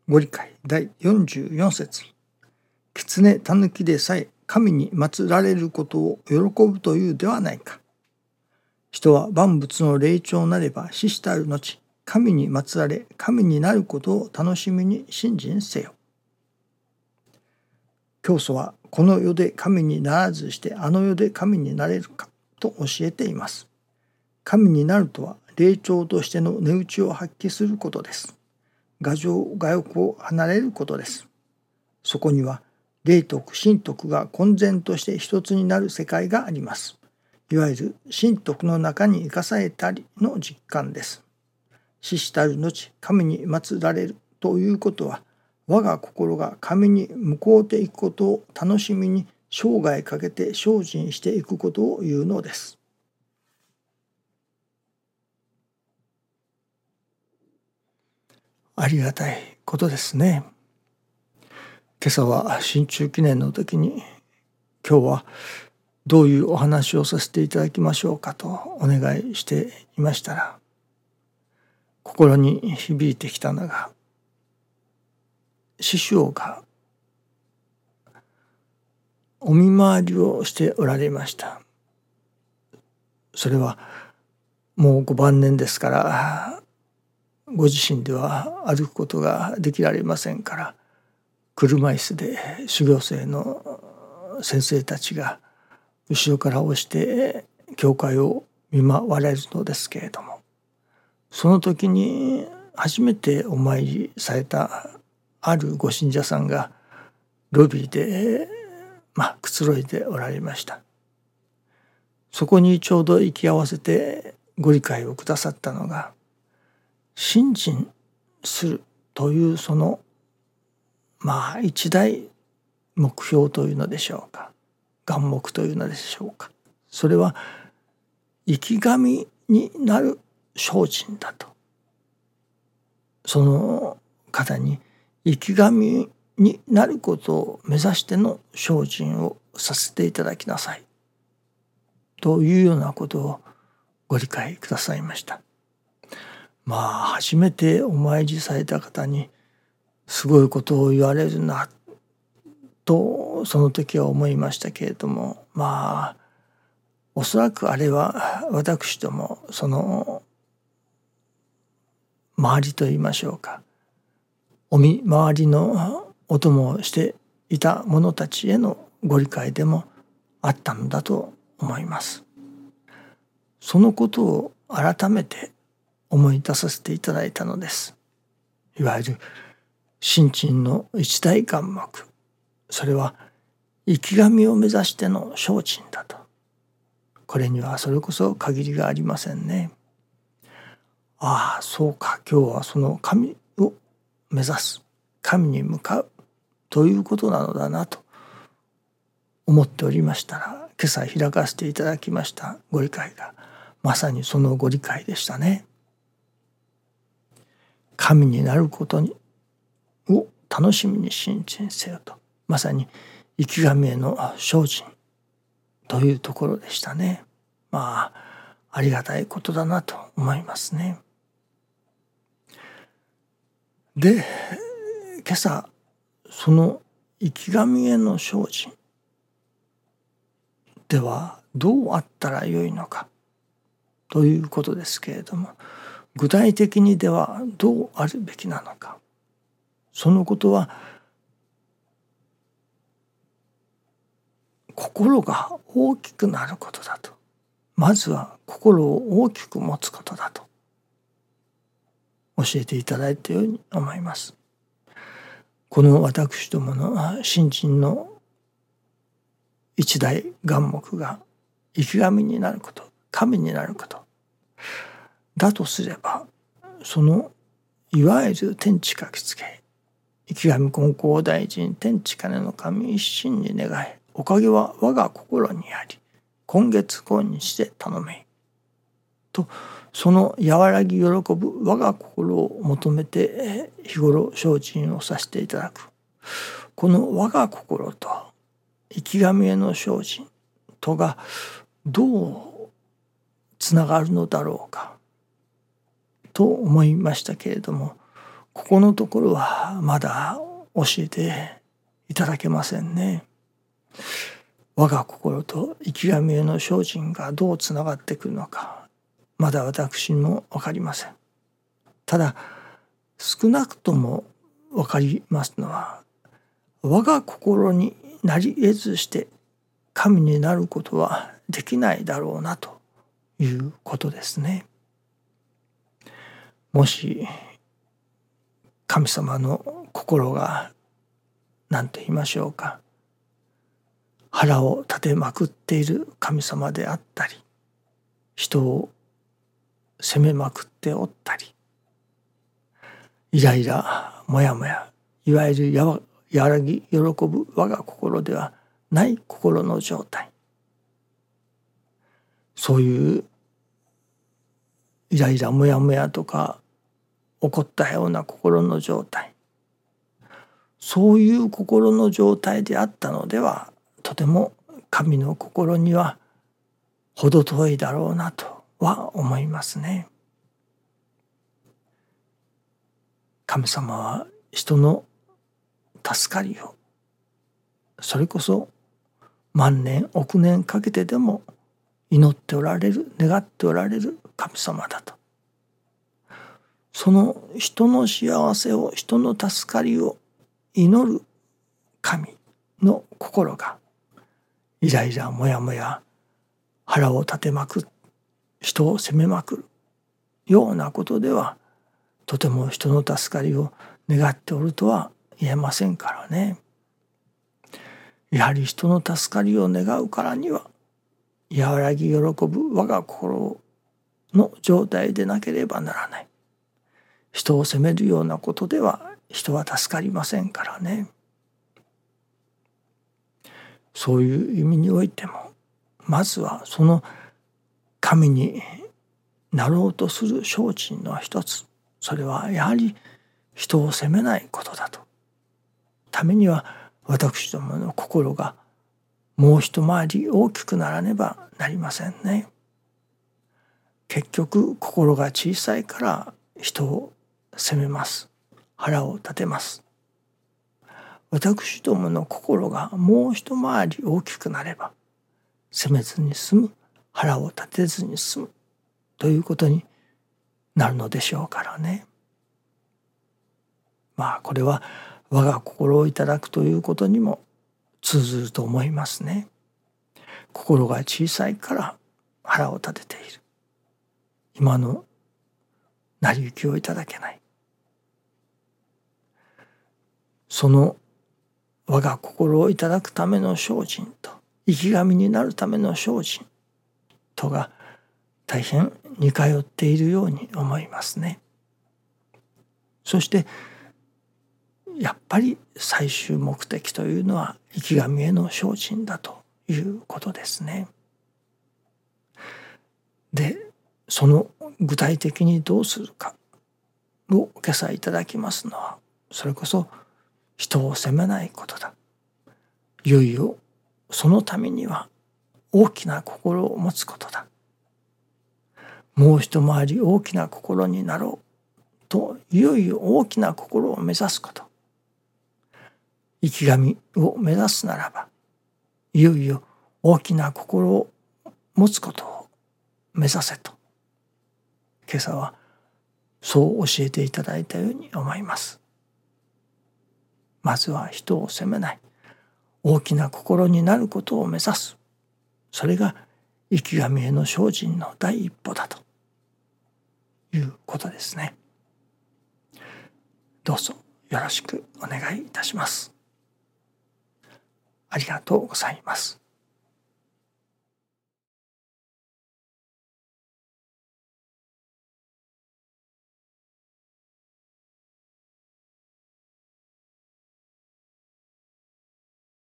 ご理解第44節。狐たぬきでさえ神に祀られることを喜ぶというではないか。人は万物の霊長なれば死したる後、神に祀られ神になることを楽しみに信心せよ。教祖はこの世で神にならずしてあの世で神になれるかと教えています。神になるとは霊長としての値打ちを発揮することです。我情我欲を離れることです。そこには霊徳神徳が混然として一つになる世界があります。いわゆる神徳の中に生かされたりの実感です。死したる後神に祀られるということは、我が心が神に向こうていくことを楽しみに生涯かけて精進していくことを言うのです。ありがたいことですね。今朝は新中記念の時に、今日はどういうお話をさせていただきましょうかとお願いしていましたら、心に響いてきたのが、師匠がお見回りをしておられました。それはもうご晩年ですから、ご自身では歩くことができられませんから、車椅子で修行生の先生たちが後ろから押して教会を見回られるのですけれども、その時に初めてお参りされたあるご信者さんがロビーでくつろいでおられました。そこにちょうど行き合わせてご理解をくださったのが、信心するというその一大目標というのでしょうか、眼目というのでしょうか、それは生き神になる精進だと。その方に生き神になることを目指しての精進をさせていただきなさいというようなことをご理解くださいました。初めてお参りされた方にすごいことを言われるなとその時は思いましたけれども、おそらくあれは私どもその周りと言いましょうか、お見回りのお供をしていた者たちへのご理解でもあったのだと思います。そのことを改めて思い出させていただいたのです。いわゆる信心の一大眼目、それは生き神を目指しての精進だと。これにはそれこそ限りがありませんね。そうか、今日はその神を目指す、神に向かうということなのだなと思っておりましたら、今朝開かせていただきましたご理解がまさにそのご理解でしたね。神になることを楽しみに信心せよと、まさに生き神への精進というところでしたね。ありがたいことだなと思いますね。で、今朝その生き神への精進ではどうあったらよいのかということですけれども、具体的にではどうあるべきなのか、そのことは心が大きくなることだと。まずは心を大きく持つことだと教えていただいたように思います。この私どもの信心の一大眼目が生き神になること、神になることだとすれば、そのいわゆる天地書きつけ、生き神金光大臣天地金の神一心に願い、おかげは我が心にあり、今月今日で頼めと、その和らぎ喜ぶ我が心を求めて日頃精進をさせていただく。この我が心と生き神への精進とがどうつながるのだろうかと思いましたけれども、 ここのところはまだ教えていただけませんね。我が心と生き神への精進がどうつながってくるのか、まだ私にも分かりません。ただ少なくとも分かりますのは、我が心になり得ずして神になることはできないだろうなということですね。もし神様の心が何と言いましょうか、腹を立てまくっている神様であったり、人を責めまくっておったり、イライラもやもや、いわゆる和らぎ喜ぶ我が心ではない心の状態、そういうイライラもやもやとか怒ったような心の状態、そういう心の状態であったのでは、とても神の心には程遠いだろうなとは思いますね。神様は人の助かりを、それこそ万年億年かけてでも祈っておられる、願っておられる神様だと。その人の幸せを、人の助かりを祈る神の心が、イライラもやもや腹を立てまくる、人を責めまくるようなことでは、とても人の助かりを願っておるとは言えませんからね。やはり人の助かりを願うからには、和らぎ喜ぶ我が心の状態でなければならない。人を責めるようなことでは人は助かりませんからね。そういう意味においても、まずはその神になろうとする精進の一つ、それはやはり人を責めないことだと。ためには私どもの心がもう一回り大きくならねばなりませんね。結局心が小さいから人を責めます。腹を立てます。私どもの心がもう一回り大きくなれば、責めずに済む、腹を立てずに済むということになるのでしょうからね。これは我が心をいただくということにも通ずると思いますね。心が小さいから腹を立てている。今の成り行きをいただけない。その我が心をいただくための精進と、生き神になるための精進とが大変似通っているように思いますね。そしてやっぱり最終目的というのは生き神への精進だということですね。で、その具体的にどうするかを今朝いただきますのは、それこそ人を責めないことだ。いよいよそのためには大きな心を持つことだ。もう一回り大きな心になろうと、いよいよ大きな心を目指すこと。生き神を目指すならば、いよいよ大きな心を持つことを目指せと、今朝はそう教えていただいたように思います。まずは人を責めない、大きな心になることを目指す。それが生き神への精進の第一歩だということですね。どうぞよろしくお願いいたします。ありがとうございます。